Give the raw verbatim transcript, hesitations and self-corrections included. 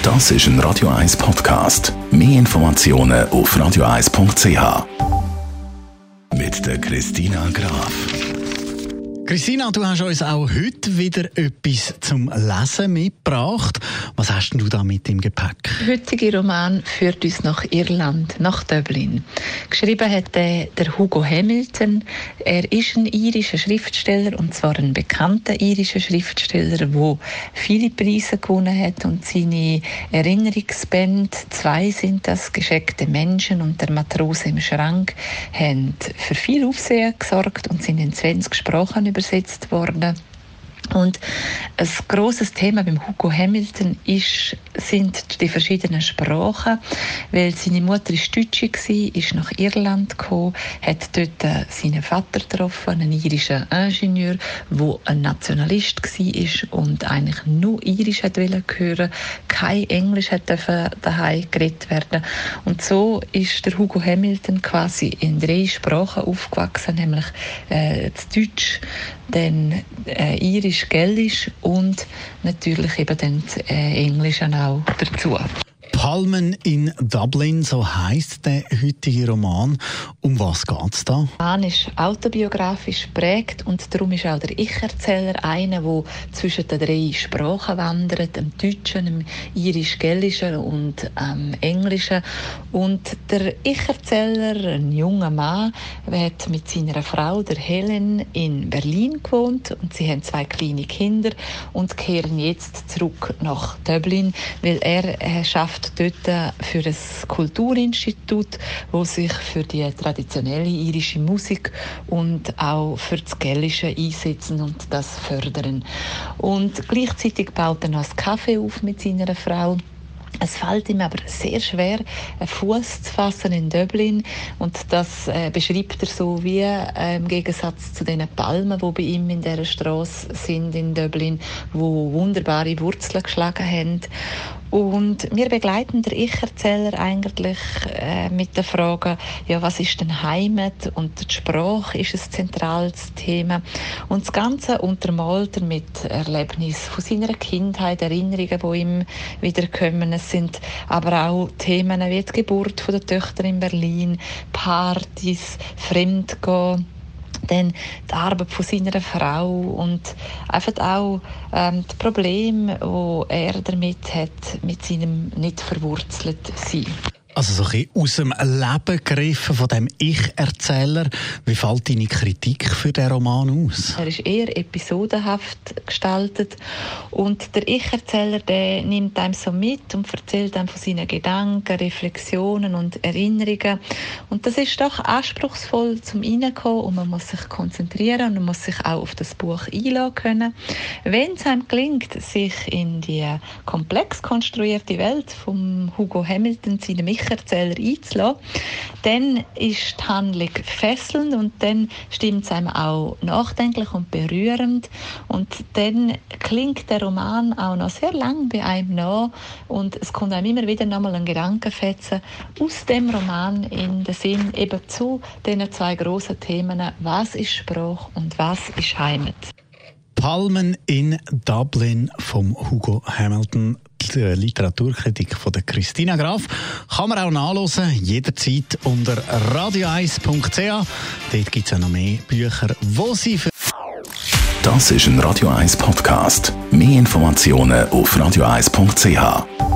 Das ist ein Radio eins Podcast. Mehr Informationen auf radio eins punkt c h. Mit der Christina Graf. Christina, du hast uns auch heute wieder etwas zum Lesen mitgebracht. Was hast denn du da mit im Gepäck? Der heutige Roman führt uns nach Irland, nach Dublin. Geschrieben hat der, der Hugo Hamilton. Er ist ein irischer Schriftsteller, und zwar ein bekannter irischer Schriftsteller, der viele Preise gewonnen hat. Und seine Erinnerungsbände, zwei sind das, «Gescheckte Menschen» und «Der Matrose im Schrank», haben für viel Aufsehen gesorgt und sind in zwanzig Sprachen übersetzt worden. Und ein grosses Thema beim Hugo Hamilton ist, sind die verschiedenen Sprachen, weil seine Mutter ist Deutsche war, ist nach Irland gekommen, hat dort seinen Vater getroffen, einen irischen Ingenieur, der ein Nationalist war und eigentlich nur Irisch hören wollte, kein Englisch durfte daheim geredet werden. Und so ist der Hugo Hamilton quasi in drei Sprachen aufgewachsen, nämlich äh, das Deutsch, dann äh, Irisch, Gälisch und natürlich eben dann das äh, Englisch auch dazu. Palmen in Dublin, so heisst der heutige Roman. Um was geht es da? Der Roman ist autobiografisch geprägt und darum ist auch der Ich-Erzähler einer, der zwischen den drei Sprachen wandert, dem Deutschen, dem Irisch-Gälischen und dem Englischen. Und der Ich-Erzähler, ein junger Mann, hat mit seiner Frau, der Helen, in Berlin gewohnt und sie haben zwei kleine Kinder und kehren jetzt zurück nach Dublin, weil er, er schafft dort für ein Kulturinstitut, das sich für die traditionelle irische Musik und auch für das Gälische einsetzen und das fördern. Und gleichzeitig baut er noch ein Café auf mit seiner Frau. Es fällt ihm aber sehr schwer, einen Fuß zu fassen in Dublin. Und das äh, beschreibt er so wie äh, im Gegensatz zu den Palmen, die bei ihm in dieser Straße sind in Dublin, die wunderbare Wurzeln geschlagen haben. Und wir begleiten den Ich-Erzähler eigentlich äh, mit der Frage, ja, was ist denn Heimat? Und die Sprache ist ein zentrales Thema. Und das Ganze untermalt er mit Erlebnissen von seiner Kindheit, Erinnerungen, die ihm wiederkommen. Es sind aber auch Themen wie die Geburt der Töchter in Berlin, Partys, Fremdgehen, dann die Arbeit von seiner Frau und einfach auch ähm, die Probleme, die er damit hat, mit seinem nicht verwurzelt sein. Also so ein bisschen aus dem Leben gegriffen von dem Ich-Erzähler. Wie fällt deine Kritik für den Roman aus? Er ist eher episodenhaft gestaltet und der Ich-Erzähler, der nimmt einem so mit und erzählt einem von seinen Gedanken, Reflexionen und Erinnerungen. Und das ist doch anspruchsvoll zum Reinkommen und man muss sich konzentrieren und man muss sich auch auf das Buch einlassen können. Wenn es einem gelingt, sich in die komplex konstruierte Welt von Hugo Hamilton, seinem Ich Erzähler einzulassen, dann ist die Handlung fesselnd und dann stimmt es einem auch nachdenklich und berührend und dann klingt der Roman auch noch sehr lang bei einem nach und es kommt einem immer wieder nochmal ein Gedankenfetzen aus dem Roman in den Sinn eben zu diesen zwei grossen Themen, was ist Sprache und was ist Heimat. Palmen in Dublin vom Hugo Hamilton. Die Literaturkritik von der Christina Graf kann man auch nachhören, jederzeit unter radio eins punkt c h. Dort gibt es auch noch mehr Bücher, wo sie für... Das ist ein Radio eins Podcast. Mehr Informationen auf radio eins punkt c h.